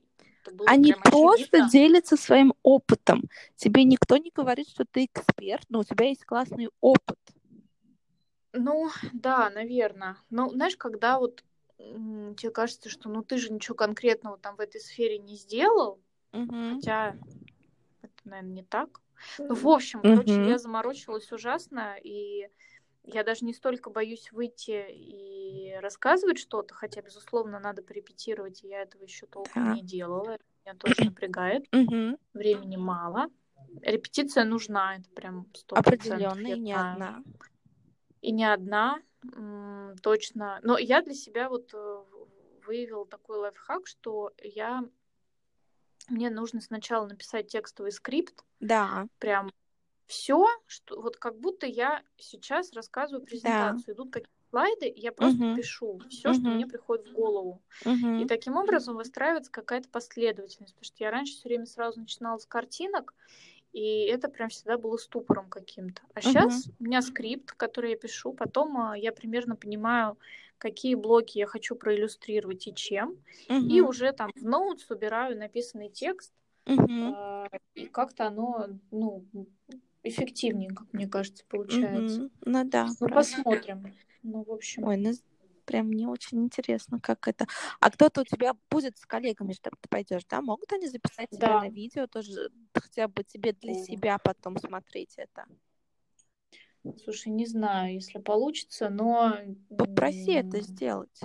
это было Они прям просто очевидно. делятся своим опытом. Тебе никто не говорит, что ты эксперт, но у тебя есть классный опыт. Ну, да, наверное. Но знаешь, когда вот тебе кажется, что ну ты же ничего конкретного там в этой сфере не сделал, хотя это, наверное, не так. Ну, в общем, короче, я заморочилась ужасно, и я даже не столько боюсь выйти и рассказывать что-то, хотя, безусловно, надо порепетировать, и я этого еще толком не делала. Это меня тоже напрягает. Времени мало. Репетиция нужна, это прям 100%. Определенно, я и не знаю. одна. И не одна, точно. Но я для себя вот выявила такой лайфхак, что мне нужно сначала написать текстовый скрипт. Да. Прям все, что вот как будто я сейчас рассказываю презентацию. Идут какие-то слайды, я просто пишу все, что мне приходит в голову. И таким образом выстраивается какая-то последовательность. Потому что я раньше все время сразу начинала с картинок, и это прям всегда было ступором каким-то. А сейчас у меня скрипт, который я пишу, потом я примерно понимаю, какие блоки я хочу проиллюстрировать и чем. И уже там в ноут собираю написанный текст, и как-то оно, эффективнее, как мне кажется, получается. Ну да. Ну, посмотрим. Ну, в общем. Ой, ну прям мне очень интересно, как это. А кто-то у тебя будет с коллегами, чтобы ты пойдешь, да? Могут они записать тебя на видео тоже, хотя бы тебе для себя потом смотреть это? Слушай, не знаю, если получится, но... Попроси это сделать.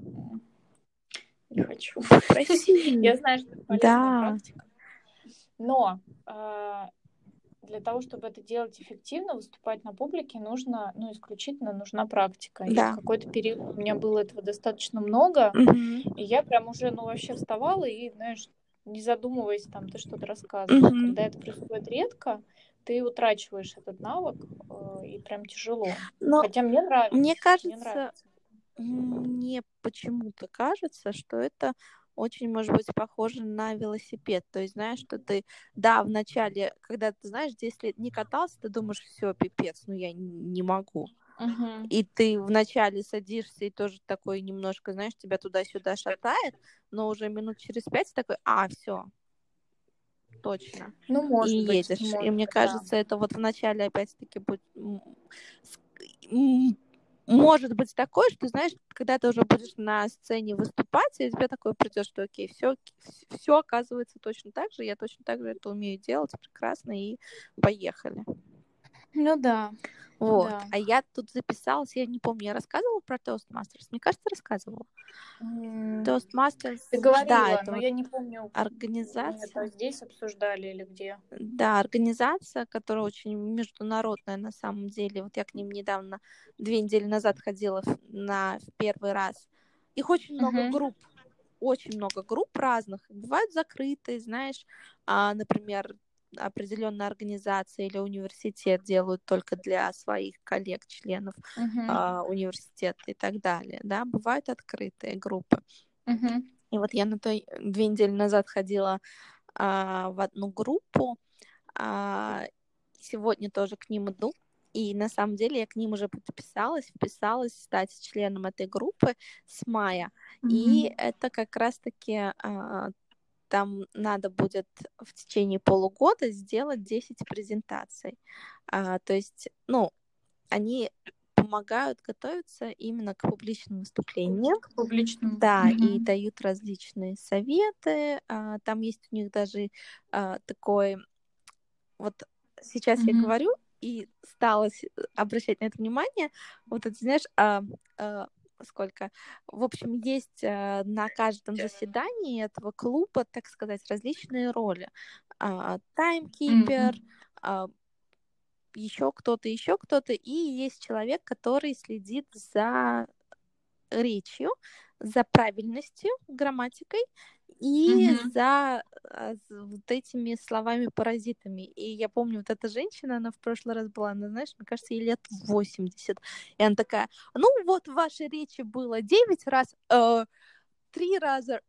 Не хочу. Попроси. Я знаю, что это полезная практика. Но для того, чтобы это делать эффективно, выступать на публике, исключительно нужна практика. И в какой-то период у меня было этого достаточно много, и я прям уже, вообще вставала и, знаешь, не задумываясь, там, ты что-то рассказывала. Когда это происходит редко, ты утрачиваешь этот навык, и прям тяжело. Но хотя мне нравится. Мне кажется, мне почему-то кажется, что это очень, может быть, похоже на велосипед. То есть, знаешь, что ты, вначале, когда ты, знаешь, 10 лет не катался, ты думаешь, все, пипец, я не могу. И ты вначале садишься и тоже такой немножко, знаешь, тебя туда-сюда шатает, но уже минут через 5 такой, все, точно. Может и быть, едешь. И мне кажется, это вот вначале опять-таки будет... Может быть такое, что, знаешь, когда ты уже будешь на сцене выступать, и тебе такое придет, что окей, все оказывается точно так же, я точно так же это умею делать прекрасно, и поехали. Ну да. Вот. Да. А я тут записалась, я не помню, я рассказывала про Toastmasters? Мне кажется, рассказывала. Toastmasters. Ты говорила, это но я не помню, организация. мы это здесь обсуждали или где. Да, организация, которая очень международная на самом деле. Вот я к ним недавно, 2 недели назад ходила в первый раз. Их очень много групп. Очень много групп разных. Бывают закрытые, знаешь, например, определенная организация или университет делают только для своих коллег, членов университета и так далее. Да, бывают открытые группы. И вот я 2 недели назад ходила в одну группу, сегодня тоже к ним иду, и на самом деле я к ним уже вписалась стать членом этой группы с мая, и это как раз-таки там надо будет в течение полугода сделать 10 презентаций, то есть, они помогают готовиться именно к публичным выступлениям. Да, и дают различные советы. Там есть у них даже такой... Вот сейчас я говорю, и стала обращать на это внимание. Вот это, знаешь, сколько? В общем, есть на каждом заседании этого клуба, так сказать, различные роли. Таймкипер, еще кто-то, и есть человек, который следит за речью, за правильностью, грамматикой и за вот этими словами-паразитами. И я помню, вот эта женщина, она в прошлый раз была, она, знаешь, мне кажется, ей лет 80. И она такая, вот в вашей речи было 9 раз, 3 раза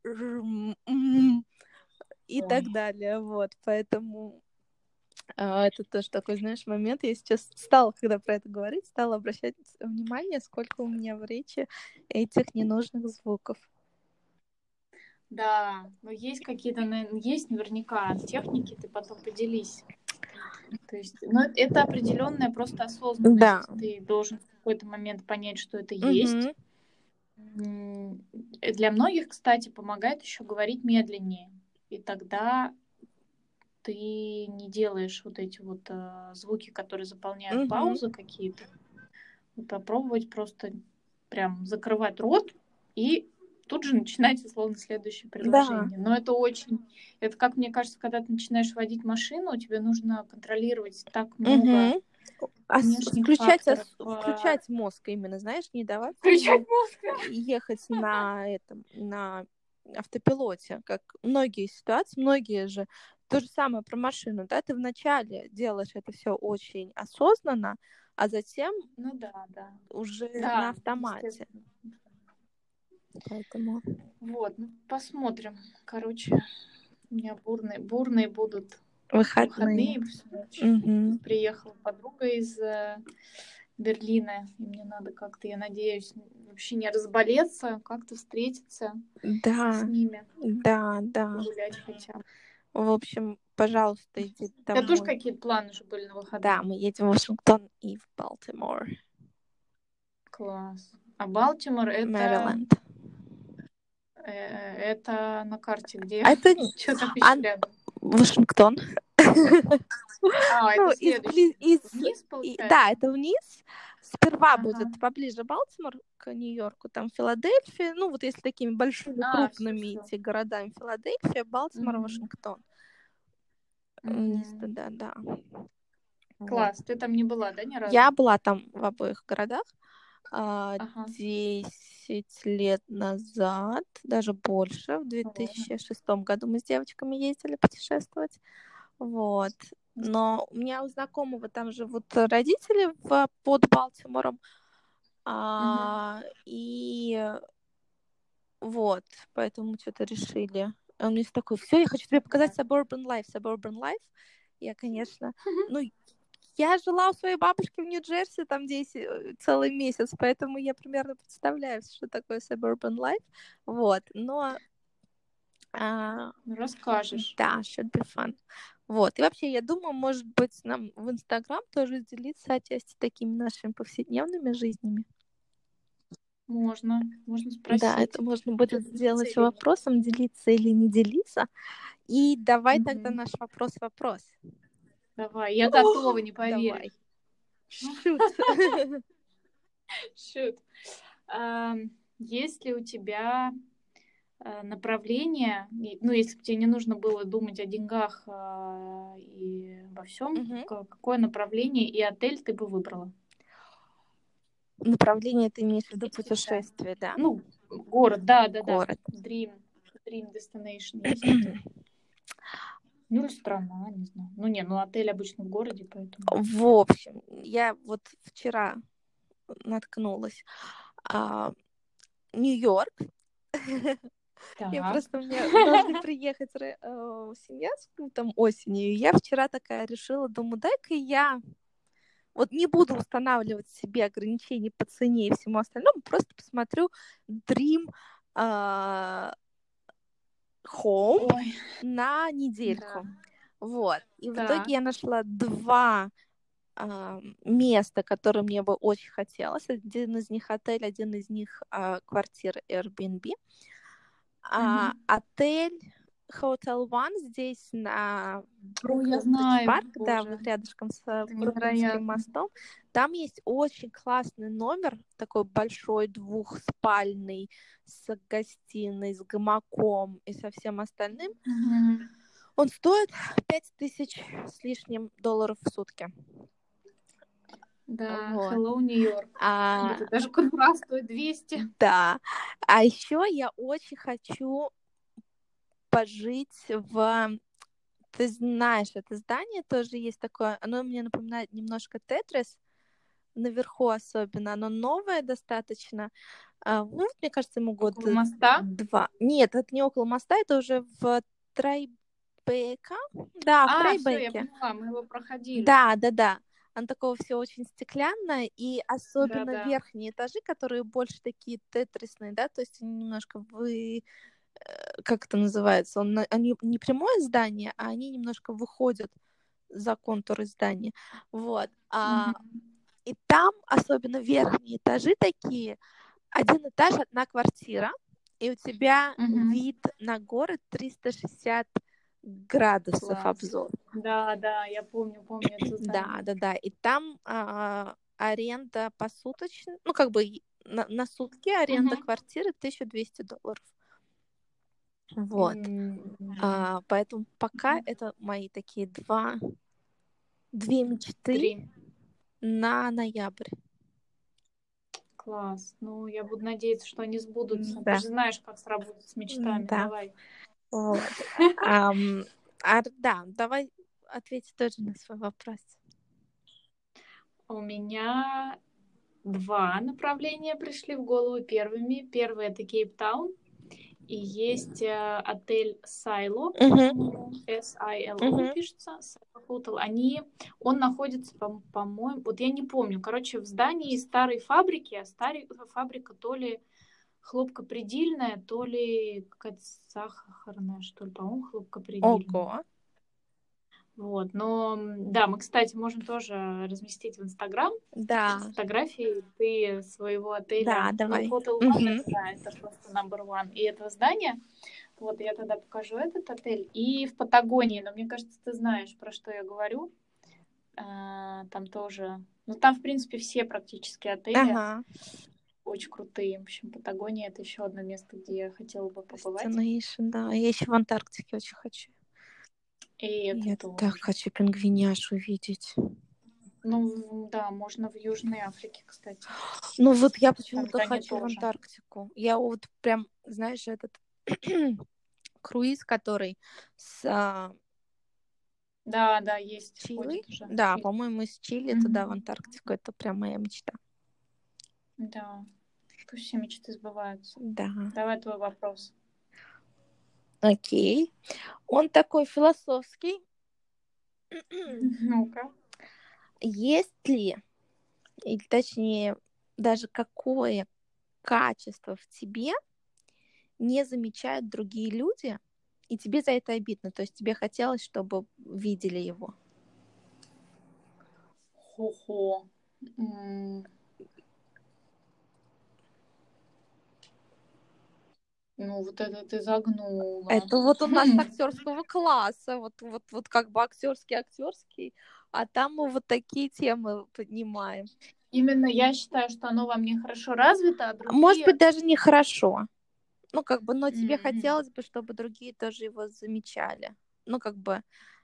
и так далее. Вот, поэтому... это тоже такой, знаешь, момент. Я сейчас стала, когда про это говорить, стала обращать внимание, сколько у меня в речи этих ненужных звуков. Да, но есть какие-то, есть наверняка техники, ты потом поделись. То есть, ну, это определенная просто осознанность. Да. Ты должен в какой-то момент понять, что это есть. Мгм. Для многих, кстати, помогает еще говорить медленнее. И тогда ты не делаешь вот эти вот звуки, которые заполняют Мгм. паузы какие-то. Попробовать просто прям закрывать рот и тут же начинать условно следующее Да. предложение. Но это очень... Это, как мне кажется, когда ты начинаешь водить машину, тебе нужно контролировать так много Мгм. внешних Включать, факторов. включать мозг именно, знаешь, не давать Включать ему мозг. ехать на автопилоте, как многие ситуации, многие же то же самое про машину, да, ты вначале делаешь это все очень осознанно, а затем Ну да, да. уже на Да, автомате. естественно. Поэтому Вот, ну, посмотрим. Короче, у меня бурные будут выходные. выходные всю ночь. Мгм. Приехала подруга из Берлина, и мне надо как-то, я надеюсь, вообще не разболеться, как-то встретиться с Да, ними, да. погулять хотя бы. В общем, пожалуйста, иди У тебя тоже домой. какие-то планы уже были на Да, выходные? мы едем в Вашингтон и в Балтимор, Класс. А Балтимор Мэриленд. это на карте где? А это Что там еще рядом? Вашингтон. Это Ну, следующий. Вниз, да, получается? это вниз. Сперва Ага. будет поближе Балтимор к Нью-Йорку, там Филадельфия. Ну, вот если такими большими, крупными Все. идти городами: Филадельфия, Балтимор, Вашингтон. Вниз туда, да. Вот. Класс. Ты там не была, да, ни разу? Я была там в обоих городах Ага. 10 лет назад, даже больше, в 2006 году мы с девочками ездили путешествовать. Вот. Но у меня у знакомого там живут родители под Балтимором. И вот, поэтому мы что-то решили. Он мне такой: все, я хочу тебе показать Suburban Life. Я, конечно, ну, я жила у своей бабушки в Нью-Джерси там 10 целый месяц, поэтому я примерно представляю, что такое Suburban Life. Вот, но... Расскажешь. Да, should be fun. Вот, и вообще, я думаю, может быть, нам в Инстаграм тоже делиться отчасти такими нашими повседневными жизнями. Можно спросить. Да, это можно будет Делиться сделать или нет. вопросом, делиться или не делиться. И давай тогда наш вопрос-вопрос. Давай, я готова, не Давай. поверишь. Шут. Есть ли у тебя направление, ну, если бы тебе не нужно было думать о деньгах и во всем, какое направление и отель ты бы выбрала? Направление ты имеешь в виду путешествие, да? Ну, город, да. Город. Dream destination есть отель? Ну, или страна, не знаю. Ну, отель обычно в городе, поэтому... В общем, я вот вчера наткнулась. Нью-Йорк. Я просто, мне должны приехать семья там осенью. И я вчера такая решила, думаю, дай-ка я вот не буду устанавливать себе ограничения по цене и всему остальному, просто посмотрю Dream Home на недельку. Вот. И в итоге я нашла 2 места, которые мне бы очень хотелось. Один из них отель, один из них квартира Airbnb. Отель Hotel One здесь на Бруклин-Бридж-парк, да, вот рядышком с Бруклинским мостом. Там есть очень классный номер, такой большой, 2-спальный, с гостиной, с гамаком и со всем остальным. Он стоит 5000 с лишним долларов в сутки. Да, вот. Hello, Нью-Йорк. Это даже контракт стоит 200. Да. А еще я очень хочу пожить Ты знаешь, это здание тоже есть такое, оно мне напоминает немножко Тетрис, наверху особенно, оно новое достаточно. Мне кажется, ему года 2. Моста? Нет, это не около моста, это уже в Трайбека. Да, в Трайбеке. Всё, я поняла, мы его проходили. Да. Оно такого все очень стеклянное, и особенно верхние этажи, которые больше такие тетрисные, да, то есть они немножко как это называется, они не прямое здание, а они немножко выходят за контуры здания. Вот. И там, особенно верхние этажи такие, один этаж, одна квартира, и у тебя вид на город 360 градусов обзор. Да, я помню это здание. Да. И там аренда посуточно, ну, как бы на сутки аренда квартиры $1200. Вот. Поэтому пока это мои такие две мечты на ноябрь. Класс. Ну, я буду надеяться, что они сбудутся. Да. Ты же знаешь, как сработать с мечтами. Да. Давай. Вот. Да, давай ответь тоже на свой вопрос. У меня 2 направления пришли в голову первыми. Первый — это Кейптаун. И есть отель Silo, S-I-L-O пишется, Silo Hotel. Он находится, по-моему, вот я не помню, короче, в здании старой фабрики, а старая фабрика то ли хлопкопредельная, то ли какая-то сахарная, что ли, по-моему, хлопкопредельная. Ого. Вот, но да, мы, кстати, можем тоже разместить в Инстаграм фотографии ты своего отеля. Да, давай. Hotel One, да, это просто number one. И этого здания. Вот, я тогда покажу этот отель. И в Патагонии, но мне кажется, ты знаешь, про что я говорю. Там тоже... Ну, там, в принципе, все практически отели очень крутые. В общем, Патагония — это еще одно место, где я хотела бы побывать. Да, я еще в Антарктике очень хочу. И я тоже. Так хочу пингвиняш увидеть. Ну, да, можно в Южной Африке, кстати. Ну, вот я почему-то хочу в Антарктику. Я вот прям, знаешь, этот круиз, который с... Да, есть. Чили? Да, по-моему, из Чили туда, в Антарктику. Это прям моя мечта. Да, пусть все мечты сбываются. Да. Давай твой вопрос. Окей. Он такой философский. Ну-ка. Есть ли, или точнее, даже какое качество в тебе не замечают другие люди, и тебе за это обидно? То есть тебе хотелось, чтобы видели его? Хо-хо. Ну, вот это ты загнула. Это вот у нас актерского класса, вот как бы актерский, а там мы вот такие темы поднимаем. Именно я считаю, что оно во мне хорошо развито, а другие... Может быть, даже не хорошо. Ну, как бы, но тебе хотелось бы, чтобы другие тоже его замечали. Ну, как бы...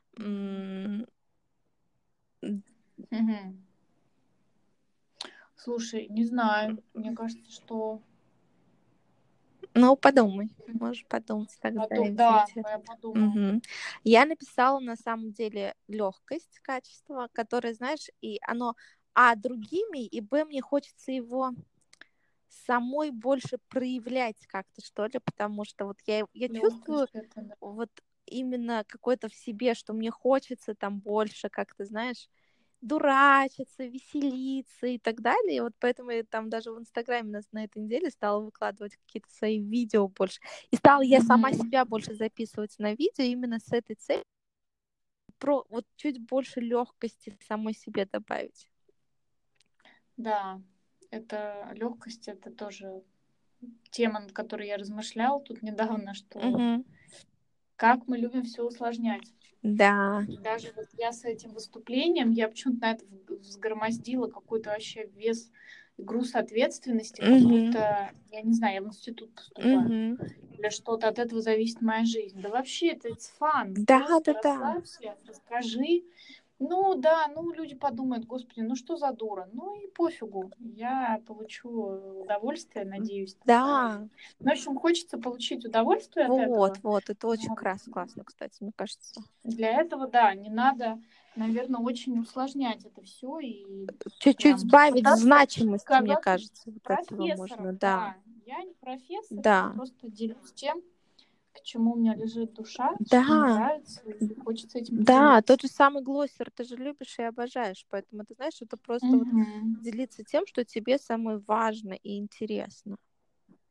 Слушай, не знаю. Мне кажется, что... Ну, подумай. Можешь подумать тогда. Да, я подумаю. Я написала, на самом деле, легкость качества, которое, знаешь, и оно другими, и мне хочется его самой больше проявлять как-то, что ли, потому что вот я чувствую вот именно какое-то в себе, что мне хочется там больше как-то, знаешь, дурачиться, веселиться и так далее. И вот поэтому я там даже в Инстаграме на этой неделе стала выкладывать какие-то свои видео больше. И стала я сама себя больше записывать на видео именно с этой целью. Про вот чуть больше легкости самой себе добавить. Да, это легкость, это тоже тема, над которой я размышляла тут недавно, что как мы любим все усложнять. Да. Даже вот я с этим выступлением, я почему-то на это взгромоздила какой-то вообще вес и груз ответственности, как будто, я не знаю, я в институт поступаю. Или что-то от этого зависит моя жизнь. Да вообще, это it's fun. Да. Расслабься, расскажи. Ну да, люди подумают, господи, ну что за дура? Ну и пофигу, я получу удовольствие, надеюсь. Да. В общем, хочется получить удовольствие от этого. Вот, это очень классно, кстати, мне кажется. Для этого, да, не надо, наверное, очень усложнять это все и чуть-чуть сбавить значимость, мне кажется, вот этого можно, да. Я не профессор, да. я просто делюсь тем, к чему у меня лежит душа, что мне нравится, и хочется этим поделиться. Да, тот же самый глоссер ты же любишь и обожаешь, поэтому ты знаешь, это просто вот делиться тем, что тебе самое важно и интересно.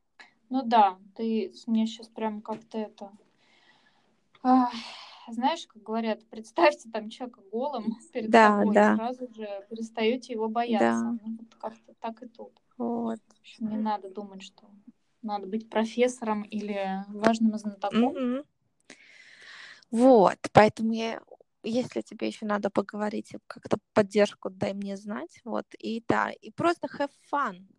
Ну да, ты мне сейчас прям как-то это... Ах, знаешь, как говорят, представьте там человека голым перед Да, собой, и да, сразу же перестаете его бояться. да, Ну, вот как-то так и тут. вот. В общем, не надо думать, что надо быть профессором или важным знатоком. Мгм. Вот, поэтому если тебе еще надо поговорить, как-то поддержку дай мне знать, вот, и да, и просто have fun,